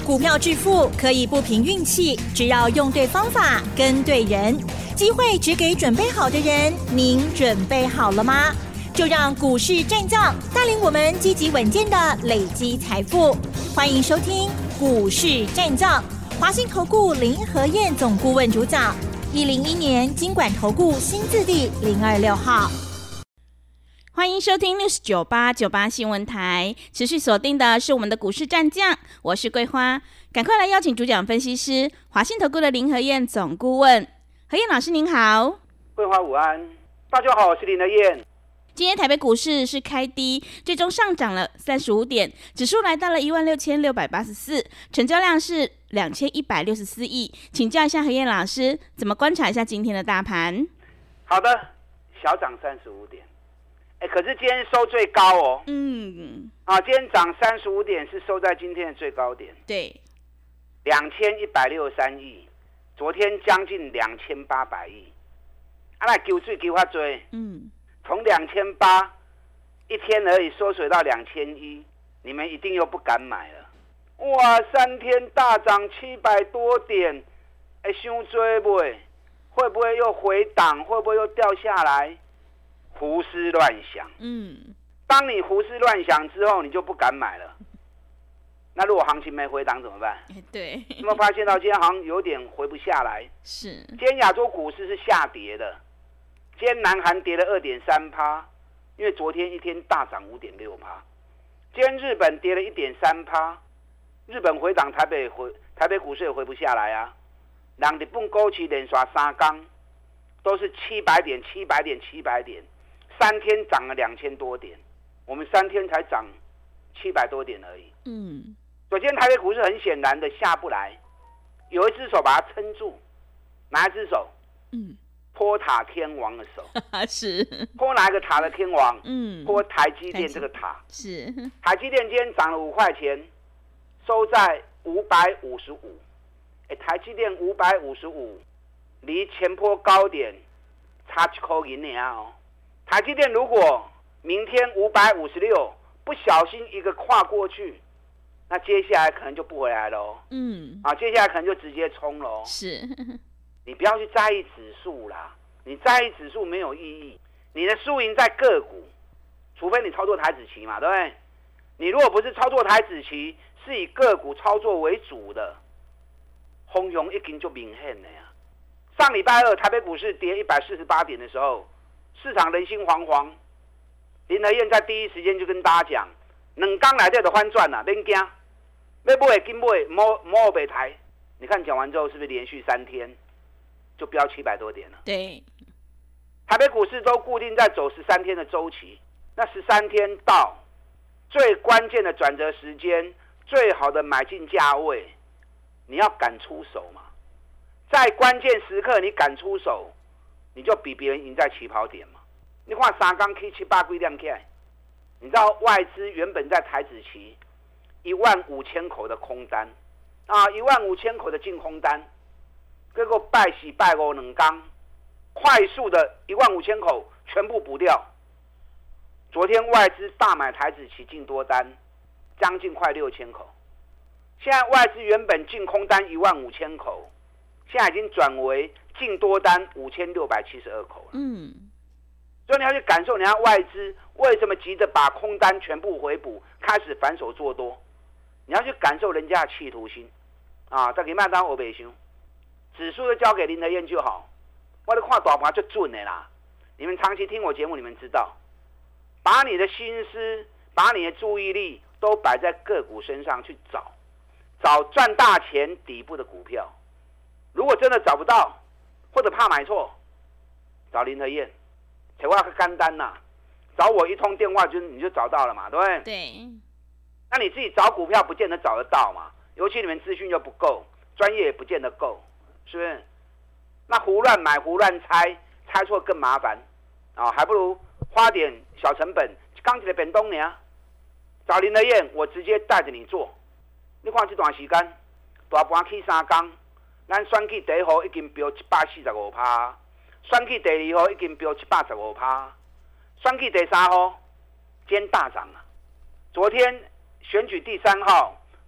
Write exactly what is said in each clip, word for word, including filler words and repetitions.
股票致富可以不凭运气，只要用对方法、跟对人，机会只给准备好的人。您准备好了吗？就让股市战将带领我们积极稳健的累积财富。欢迎收听股市战将，华信投顾林和彥总顾问主讲，一零一年金管投顾新字第零二六号。 欢迎收听 News 九八九八新闻台，持续锁定的是我们的股市战将，我是桂花，赶快来邀请主讲分析师华信投顾的林和彥总顾问。和彥老师您好。 桂花午安，大家好，我是林和彥。 今天台北股市是开低，最终上涨了三十五点，指数来到了一万六千六百八十四，成交量是两千一百六十四亿。请教一下和彥老师，怎么观察一下今天的大盘？ 好的，小涨三十五点。哎，可是今天收最高哦。 嗯。 啊，今天涨三十五点，是收在今天的最高点。 对。 两千一百六十三亿，昨天将近两千八百亿。啊，那救水救法多。嗯。从两千八一天而已缩水到两千一，你们一定又不敢买了。哇，三天大涨七百多点，哎，伤多不？会不会又回档？会不会又掉下来？胡思乱想。嗯，当你胡思乱想之后，你就不敢买了。那如果行情没回档怎么办？ 对， 有没有发现到今天好像有点回不下来？ 是。 今天亚洲股市是下跌的，今天南韩跌了 二点三%， 因为昨天一天大涨 五点六%。今天日本跌了 一点三%， 日本回档，台北回台北股市也回不下来啊。让日本股市连刷三天都是七百点、七百点、七百点。三天涨了两千多点，我们三天才涨七百多点而已。嗯，昨天台北股市很显然的下不来，有一只手把它撑住，哪一只手？嗯，波塔天王的手。 是。 波哪一个塔的天王？嗯，波台积电这个塔。 是。 台积电今天涨了五块钱，收在五百五十五。哎，台积电五百五十五，离前波高点差一块银而已哦。台积电如果明天五百五十六不小心一个跨过去，那接下来可能就不回来了。嗯，啊，接下来可能就直接冲了。 是， 你不要去在意指数啦，你在意指数没有意义。你的输赢在个股，除非你操作台指期嘛，对不对？你如果不是操作台指期，是以个股操作为主的，风涌已经就明显了呀。上礼拜二台北股市跌一百四十八点的时候，市场人心惶惶，林和彥在第一时间就跟大家讲，两天内底就翻转了，别惊，要买紧买，莫莫白台。你看讲完之后，是不是连续三天就飙七百多点了？ 对， 台北股市都固定在走十三天的周期，那十三天到最关键的转折时间，最好的买进价位，你要敢出手嘛，在关键时刻你敢出手，你就比别人赢在起跑点嘛。你看三天起七八几点起来，你知道外资原本在台指期一万五千口的空单啊，一万五千口的净空单，结果拜喜拜五两天，快速的一万五千口全部补掉。昨天外资大买台指期净多单，将近快六千口。现在外资原本净空单一万五千口，现在已经转为净多单五千六百七十二口了。嗯，所以你要去感受人家外资为什么急着把空单全部回补，开始反手做多。你要去感受人家的企图心啊！再给麦当我北熊，指数就交给林和彥就好。我在看大盘就准的啦。你们长期听我节目，你们知道，把你的心思、把你的注意力都摆在个股身上去找，找赚大钱底部的股票。如果真的找不到，或者怕买错，找林和彥，找我很简单呐，找我一通电话就你就找到了嘛，对不对？ 对。 那你自己找股票不见得找得到嘛，尤其你们资讯又不够，专业也不见得够，是不是？那胡乱买胡乱猜，猜错更麻烦啊，还不如花点小成本，刚起来变动呢。找林和彥，我直接带着你做。你看这段时间，大盘起三天，咱选举第一号已经飙一百四十五趴，选举第二号已经飙一百十五趴，选举第三号今天大涨了。昨天选举第三号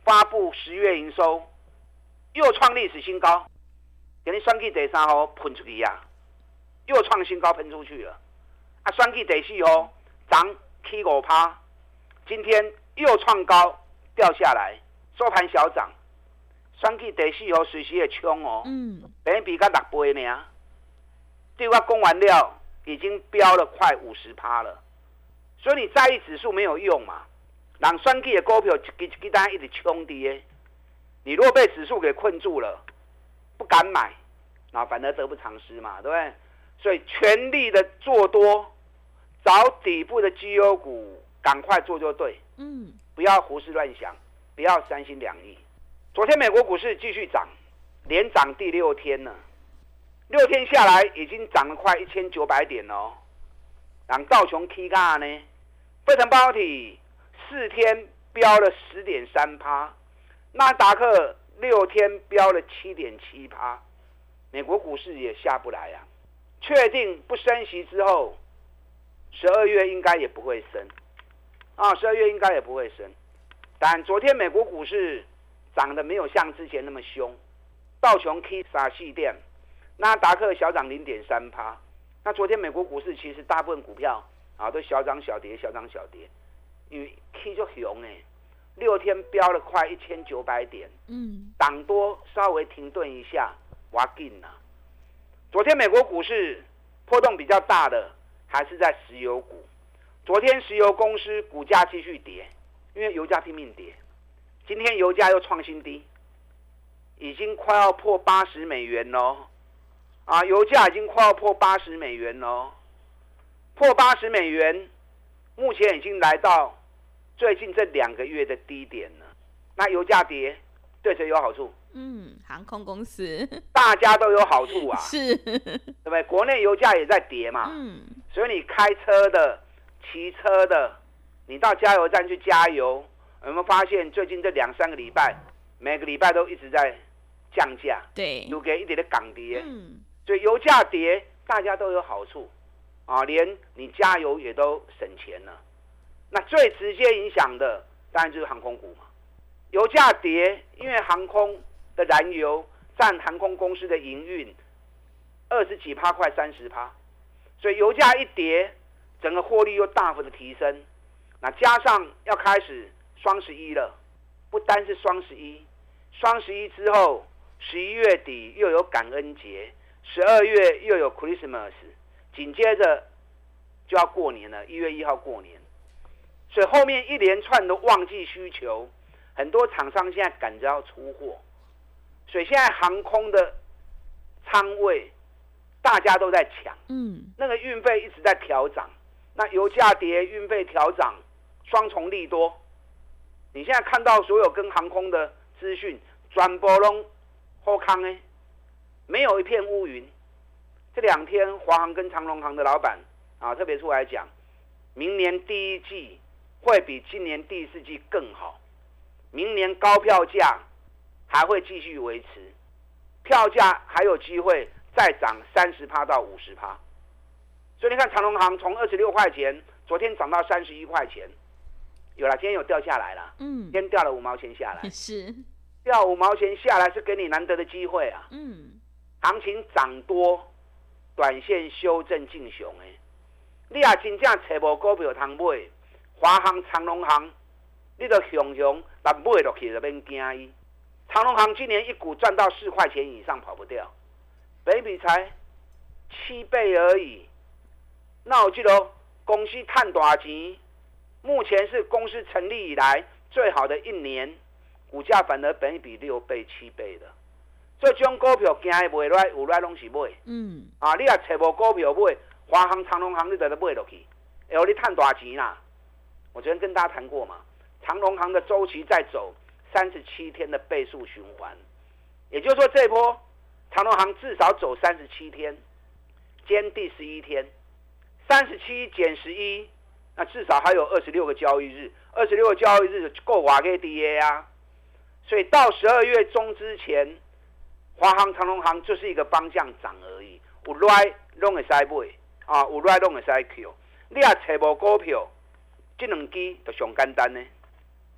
发布十月营收，又创历史新高，给你选举第三号喷出去呀、啊，又创新高喷出去了。啊，选举第四号涨起五趴，今天又创高掉下来，收盘小涨。选举第四号随时会冲哦，嗯，本比才六倍呢。对我讲完了，已经飙了快五十趴了。所以你在意指数没有用嘛？让选举的股票一支一支单一直冲跌，你如果被指数给困住了，不敢买，那反而得不偿失嘛，对不对？所以全力的做多，找底部的绩优股，赶快做就对。嗯，不要胡思乱想，不要三心两意。昨天美国股市继续涨，连涨第六天了，六天下来已经涨了快一千九百点哦。让道琼起价呢，费城半导体四天飙了十点三趴，纳达克六天飙了七点七趴，美国股市也下不来啊。确定不升息之后，十二月应该也不会升啊，十二月应该也不会升。但昨天美国股市涨得没有像之前那么凶，道琼起三四点，纳达克小涨零点三趴。那昨天美国股市其实大部分股票啊都小涨小跌，小涨小跌，因为起就凶哎，六天飙了快一千九百点，嗯，涨多稍微停顿一下，挖紧了。昨天美国股市波动比较大的还是在石油股，昨天石油公司股价继续跌，因为油价拼命跌，今天油价又创新低，已经快要破八十美元咯。啊，油价已经快要破八十美元了，破八十美元，目前已经来到最近这两个月的低点了。那油价跌，对谁有好处？ 嗯，航空公司， 大家都有好处啊， 是， 对不对？国内油价也在跌嘛，嗯，所以你开车的、骑车的，你到加油站去加油，有没有发现最近这两三个礼拜，每个礼拜都一直在降价？ 对， 有给一点的港跌，嗯。所以油价跌，大家都有好处，啊，连你加油也都省钱了。那最直接影响的当然就是航空股嘛。油价跌，因为航空的燃油占航空公司的营运二十几趴，快三十趴，所以油价一跌，整个获利又大幅的提升。那加上要开始双十一了，不单是双十一，双十一之后，十一月底又有感恩节。十二月又有 Christmas， 紧接着就要过年了，一月一号过年，所以后面一连串的旺季需求，很多厂商现在赶着要出货，所以现在航空的仓位大家都在抢，嗯，那个运费一直在调涨，那油价跌，运费调涨，双重利多。你现在看到所有跟航空的资讯，全部都好康的。没有一片乌云。这两天华航跟长荣航的老板啊，特别出来讲，明年第一季会比今年第四季更好，明年高票价还会继续维持，票价还有机会再涨三十趴到五十趴。所以你看长荣航从二十六块钱，昨天涨到三十一块钱，有了，今天有掉下来了，嗯，今天掉了五毛钱下来， 是掉五毛钱下来是给你难得的机会啊，嗯。行情涨多，短线修正进熊诶。你也真正找无股票通买，华航、长荣航，你就熊熊，但买落去就免惊伊。长荣航今年一股赚到四块钱以上跑不掉，本比才七倍而已。那我记得公司赚大钱，目前是公司成立以来最好的一年，股价反而本比六倍、七倍的。所以这种股票，惊的买来，有来拢是买。嗯。啊，你也找无股票买，华航、长荣航你就得买落去，会让你赚大钱啦。我昨天跟大家谈过嘛，长荣航的周期在走三十七天的倍数循环，也就是说这一波长荣航至少走三十七天，今天第十一天，三十七减十一，那至少还有二十六个交易日，二十六个交易日就够瓦给 D A 啊。所以到十二月中之前。华航、长荣航就是一个方向涨而已，有来拢会使买，啊，有来拢会使 Q。你也找无股票，这两支就上简单呢。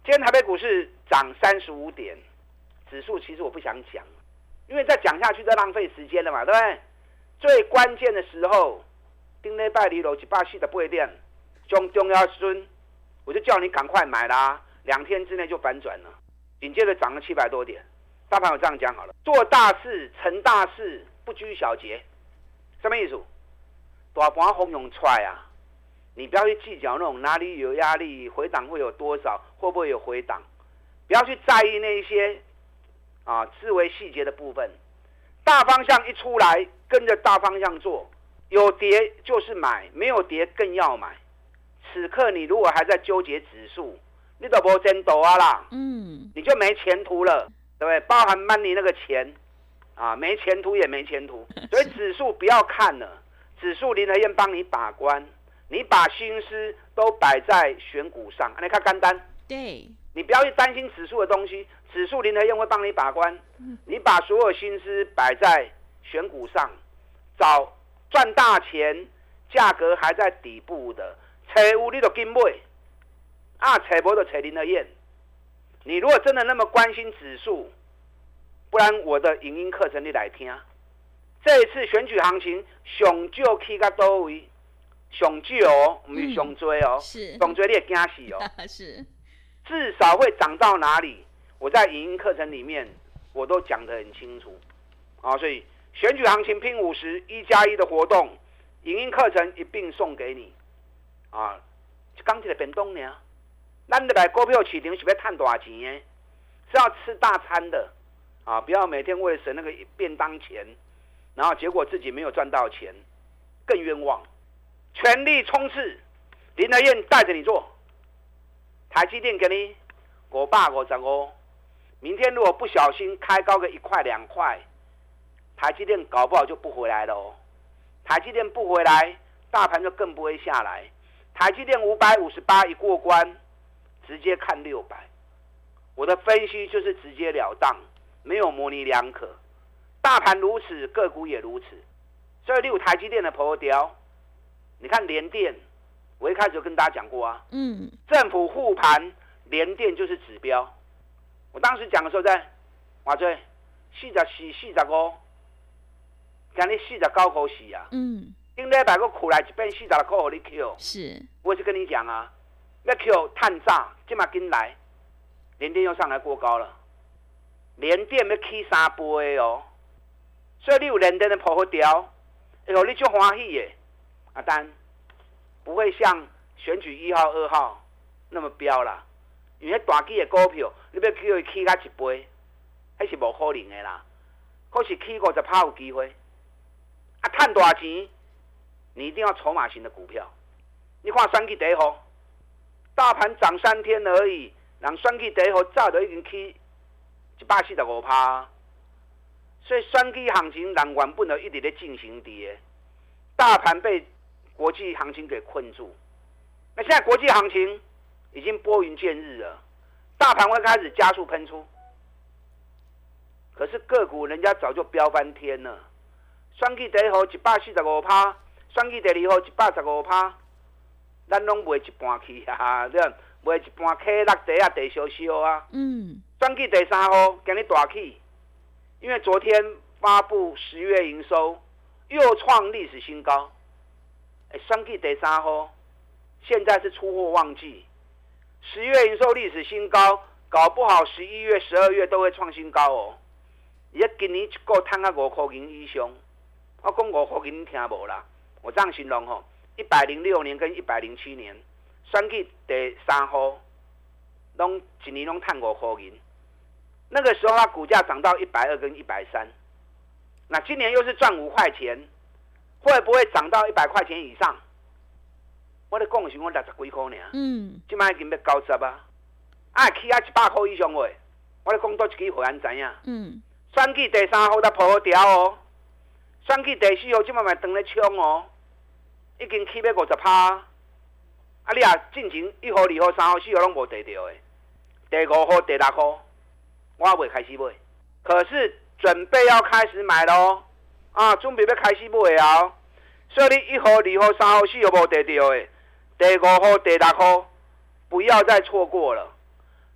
今天台北股市涨三十五点，指数其实我不想讲，因为再讲下去就浪费时间了嘛，对不对？最关键的时候，顶礼拜二落一百四十八点，中重要时我就叫你赶快买啦，两天之内就反转了，紧接着涨了七百多点。大盘我这样讲好了，做大事成大事，不拘小节，什么意思？大盘轰涌出来啊！你不要去计较那种哪里有压力，回档会有多少，会不会有回档，不要去在意那些啊思维细节的部分。大方向一出来，跟着大方向做，有跌就是买，没有跌更要买。此刻你如果还在纠结指数，你都没前途啊啦，嗯，你就没前途了，对不对？包含 money 那个钱啊，没前途也没前途。所以指数不要看了，指数林和燕帮你把关。你把心思都摆在选股上，你看简单。 对， 你不要去担心指数的东西，指数林和燕会帮你把关。你把所有心思摆在选股上，找赚大钱，价格还在底部的，找有你就跟买，啊，找无就找林和燕。你如果真的那么关心指数，不然我的影音课程你来听。这一次选举行情，上少去到多位？上少哦，不是上多哦， 是上多你会惊死哦。 是， 至少会涨到哪里？我在影音课程里面我都讲得很清楚啊，所以选举行情拼五十一加一的活动，影音课程一并送给你啊。刚起来变动呢，咱来股票市场是要赚大钱的，是要吃大餐的啊！不要每天为了省那个便当钱，然后结果自己没有赚到钱，更冤枉。全力冲刺，林和燕带着你做。台积电给你五百五十五，明天如果不小心开高个一块两块，台积电搞不好就不回来了哦。台积电不回来，大盘就更不会下来。台积电五百五十八一过关，直接看六百。我的分析就是直截了当，没有模棱两可。大盘如此，个股也如此。所以你有台积电的波条。你看联电，我一开始就跟大家讲过啊，嗯，政府护盘，联电就是指标。我当时讲的时候在，哇最四十四、四十五，今日四十九块四啊，嗯，顶礼拜我库来一遍四十六块，给你 Q， 是， 我也是跟你讲啊，要 Q 探炸，今嘛跟来，联电又上来过高了，联电要起三倍哦，所以你有联电的破条，哎呦，你就欢喜耶。啊，但不会像选举一号、二号那么飙啦，因为大支的股票，你要叫伊起到一倍，那是无可能的啦。可是起五十趴有机会，啊，赚大钱，你一定要筹码型的股票。你看选举第一号，大盘涨三天而已，人选举第一号早就已经起一百四十五趴，所以选举行情人原本就一直在进行的，大盘被国际行情给困住，那现在国际行情已经拨云见日了，大盘会开始加速喷出。可是个股人家早就飙翻天了，选举第一号一百四十五趴，选举第二号一百十五趴，咱拢卖一半去啊，对，卖一半起落地啊，地烧烧啊。嗯。选举第三号今日大起，因为昨天发布十月营收又创历史新高。选举第三号，现在是出货旺季，十月营收历史新高，搞不好十一月、十二月都会创新高哦。而且今年一个赚到五块钱以上，我讲五块钱你听无啦？我这样形容吼，一百零六年跟一百零七年，选举第三号，拢一年拢赚五块钱。那个时候它股价涨到一百二跟一百三，那今年又是赚五块钱。会不会涨到一百块钱以上？我咧讲的是我六十几块尔，嗯，今摆已经要九十啊，啊起啊一百块以上话，我咧讲多一支会员知影，嗯，选举第三号才破掉哦，选举第四号今摆嘛当咧冲哦，已经起要五十趴，啊你啊进前一号、二号、三号、四号拢无得到的，第五号、第六号我还未开始买，可是准备要开始买咯。啊，准备要开始买啊！所以你一号、二号、三号、四号无得到的，第五号、第六号不要再错过了。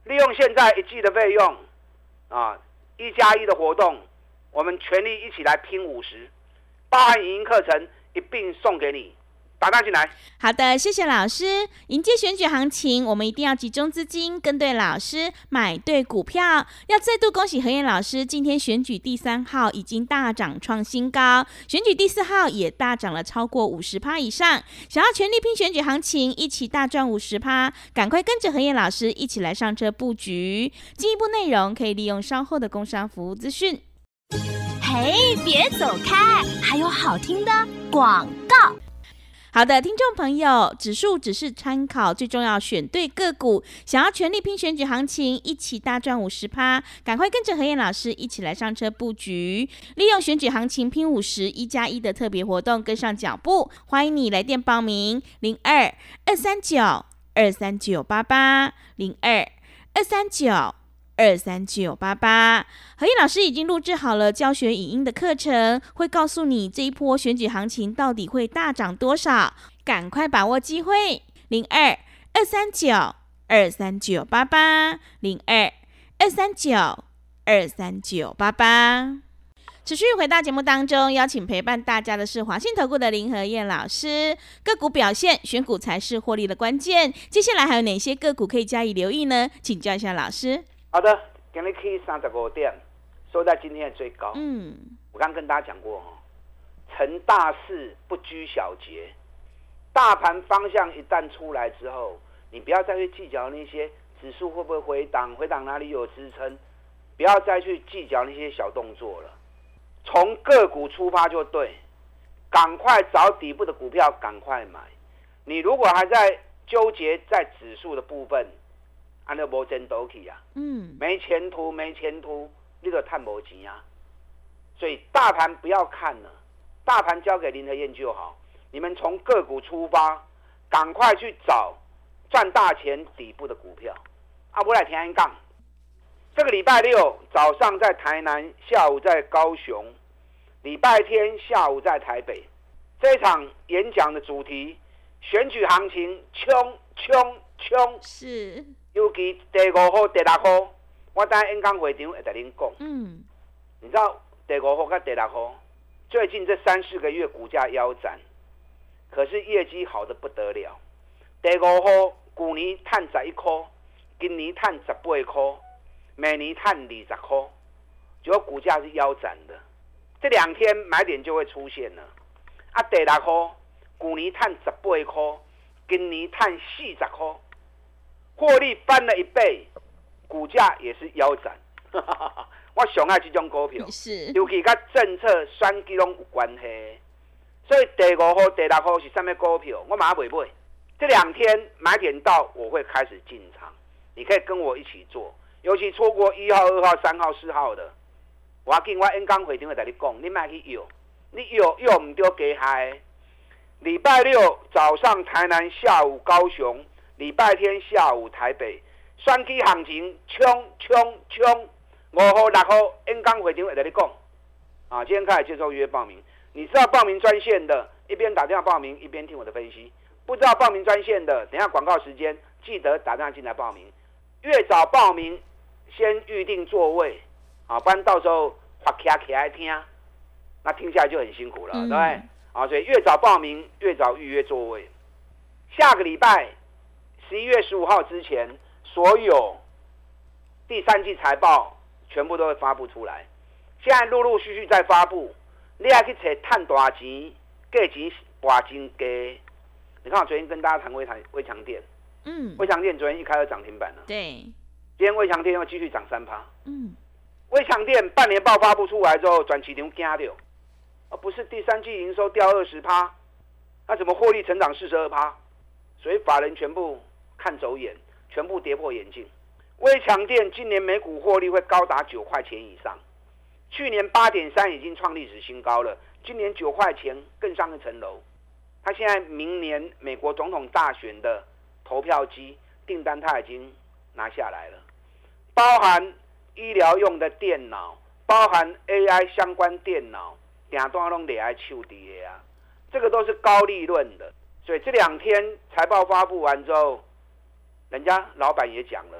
利用现在一季的费用啊，一加一的活动，我们全力一起来拼五十，包含影音课程一并送给你。打电进来。 好的，谢谢老师。迎接选举行情，我们一定要集中资金，跟对老师，买对股票。要再度恭喜何燕老师，今天选举第三号已经大涨创新高，选举第四号也大涨了超过 百分之五十 以上。想要全力拼选举行情，一起大赚 百分之五十， 赶快跟着何燕老师一起来上车布局。进一步内容可以利用稍后的工商服务资讯。 嘿，别走开，还有好听的广告。 好的，听众朋友，指数只是参考，最重要选对个股。想要全力拼选举行情，一起大赚 百分之五十， 赶快跟着何燕老师一起来上车布局，利用选举行情拼五十一加一的特别活动，跟上脚步。欢迎你来电报名零二二三九二三九八八零二二三九二三九八八。何燕老师已经录制好了教学影音的课程，会告诉你这一波选举行情到底会大涨多少，赶快把握机会。零二二三九二三九八八零二二三九二三九八八。持续回到节目当中，邀请陪伴大家的是华信投顾的林和燕老师。个股表现，选股才是获利的关键。接下来还有哪些个股可以加以留意呢？请教一下老师。 好的，今天 K 三十五点，收在今天的最高。 嗯， 我刚跟大家讲过，成大事不拘小节，大盘方向一旦出来之后，你不要再去计较那些指数会不会回档，回档哪里有支撑，不要再去计较那些小动作了。从个股出发就对，赶快找底部的股票，赶快买。你如果还在纠结在指数的部分，安尼无前途去啊， 嗯， 没前途，没前途，你就赚没钱啊。所以大盘不要看了，大盘交给林和燕就好。你们从个股出发，赶快去找赚大钱底部的股票。啊，我来听一讲。这个礼拜六早上在台南，下午在高雄，礼拜天下午在台北。这一场演讲的主题，选举行情冲冲冲， 是。 尤其第五号、第六号，我等演讲会场会跟您讲。 嗯， 你知道第五号跟第六号，最近这三四个月股价腰斩，可是业绩好的不得了。第五号去年赚十一块，今年赚十八块，每年赚二十块，结果股价是腰斩的。这两天买点就会出现了。啊，第六号去年赚十八块，今年赚四十块。获利翻了一倍，股价也是腰斩。我上爱这种股票， 是尤其跟政策选举拢有关系。所以第五号、第六号是什么股票？我马上袂买。这两天买点到，我会开始进场。你可以跟我一起做，尤其错过一号、二号、三号、四号的，我要跟我演讲会场会跟你讲，你别去摇，你摇摇唔到加害。礼拜六早上台南，下午高雄。礼拜天下午台北，选举行情冲冲冲，五号六号演讲会场会跟你讲。啊，今天开始接受预约报名。你知道报名专线的，一边打电话报名，一边听我的分析。不知道报名专线的，等一下广告时间记得打电话进来报名。越早报名，先预定座位，啊，不然到时候发卡起来听，那听下来就很辛苦了，嗯、对不对？啊，所以越早报名，越早预约座位。下个礼拜。十一月十五号之前，所有第三季财报全部都会发布出来。现在陆陆续续在发布，你还去找赚大钱、价钱拔真低。你看我昨天跟大家谈微谈微强电， 嗯， 微强电昨天一开始涨停板了， 对， 今天微强电又继续涨三趴， 嗯， 微强电半年报发布出来之后，转市场惊到，而不是第三季营收掉二十趴，那怎么获利成长四十二趴？所以法人全部。看走眼，全部跌破眼镜。微强电今年每股获利会高达九块钱以上，去年八点三已经创历史新高了，今年九块钱更上一层楼。他现在明年美国总统大选的投票机订单他已经拿下来了，包含医疗用的电脑，包含 A I 相关电脑，两段都得来手底的啊，这个都是高利润的。所以这两天财报发布完之后。人家老板也讲了，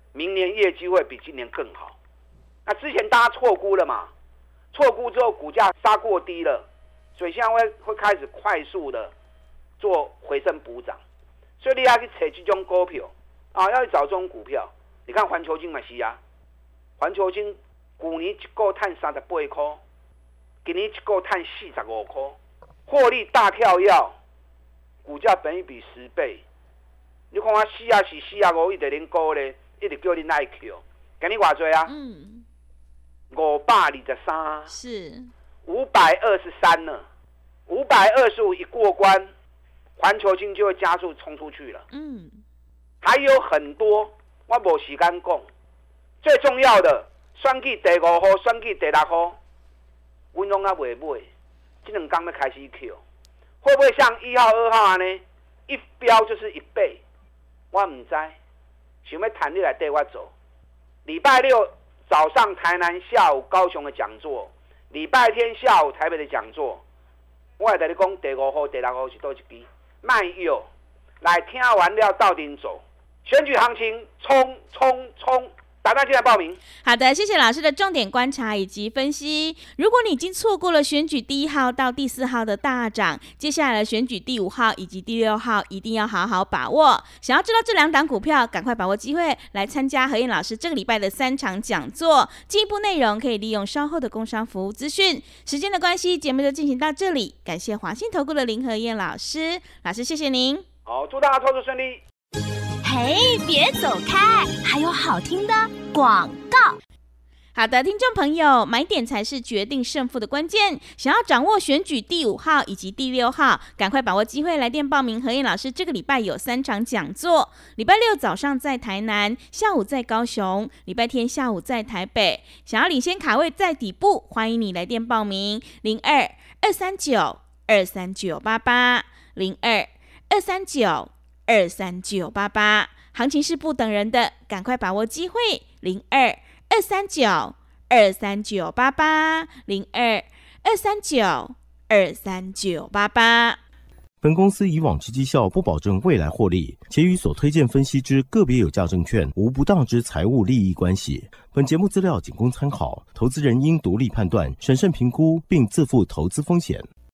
明年业绩会比今年更好。那之前大家错估了嘛，错估之后股价杀过低了，所以现在会会开始快速的做回升补涨。所以你要去找这种股票啊，要去找这种股票。你看环球金嘛是啊，环球金去年一股赚三十八块，今年一股赚四十五块，获利大跳跃，股价本益比十倍。你看我四啊四、四啊五，一直恁股咧，一直叫恁爱去。今年偌济啊？ 嗯， 五百二十三， 是五百二十三呢。五百二十五一过关，环球金就会加速冲出去了。 嗯， 还有很多我没时间讲。最重要的，选举第五号、选举第六号，我拢还未买，这两天要开始扣，会不会像一号、二号呢？一标就是一倍，我唔知。想要谈你来带我走。礼拜六早上台南，下午高雄的讲座，礼拜天下午台北的讲座，我会跟你讲第五号、第六号是多一支，卖药来听完了到底走。选举行情，冲冲冲！打电话进来报名。 好的，谢谢老师的重点观察以及分析。如果你已经错过了选举第一号到第四号的大涨，接下来的选举第五号以及第六号一定要好好把握。想要知道这两档股票，赶快把握机会来参加何燕老师这个礼拜的三场讲座。进一步内容可以利用稍后的工商服务资讯。时间的关系，节目就进行到这里。感谢华信投顾的林何燕老师，老师谢谢您。 好，祝大家操作顺利。 嘿，别走开，还有好听的广告。 好的，听众朋友，买点才是决定胜负的关键。想要掌握选举第五号以及第六号，赶快把握机会来电报名。何燕老师这个礼拜有三场讲座，礼拜六早上在台南，下午在高雄，礼拜天下午在台北。想要领先卡位在底部，欢迎你来电报名零二二三九二三九八八零二二三九二三九八八。行情是不等人的，赶快把握机会零二二三九二三九八八零二二三九二三九八八。 本公司以往之绩效不保证未来获利，且与所推荐分析之个别有价证券无不当之财务利益关系。本节目资料仅供参考，投资人应独立判断、审慎评估，并自负投资风险。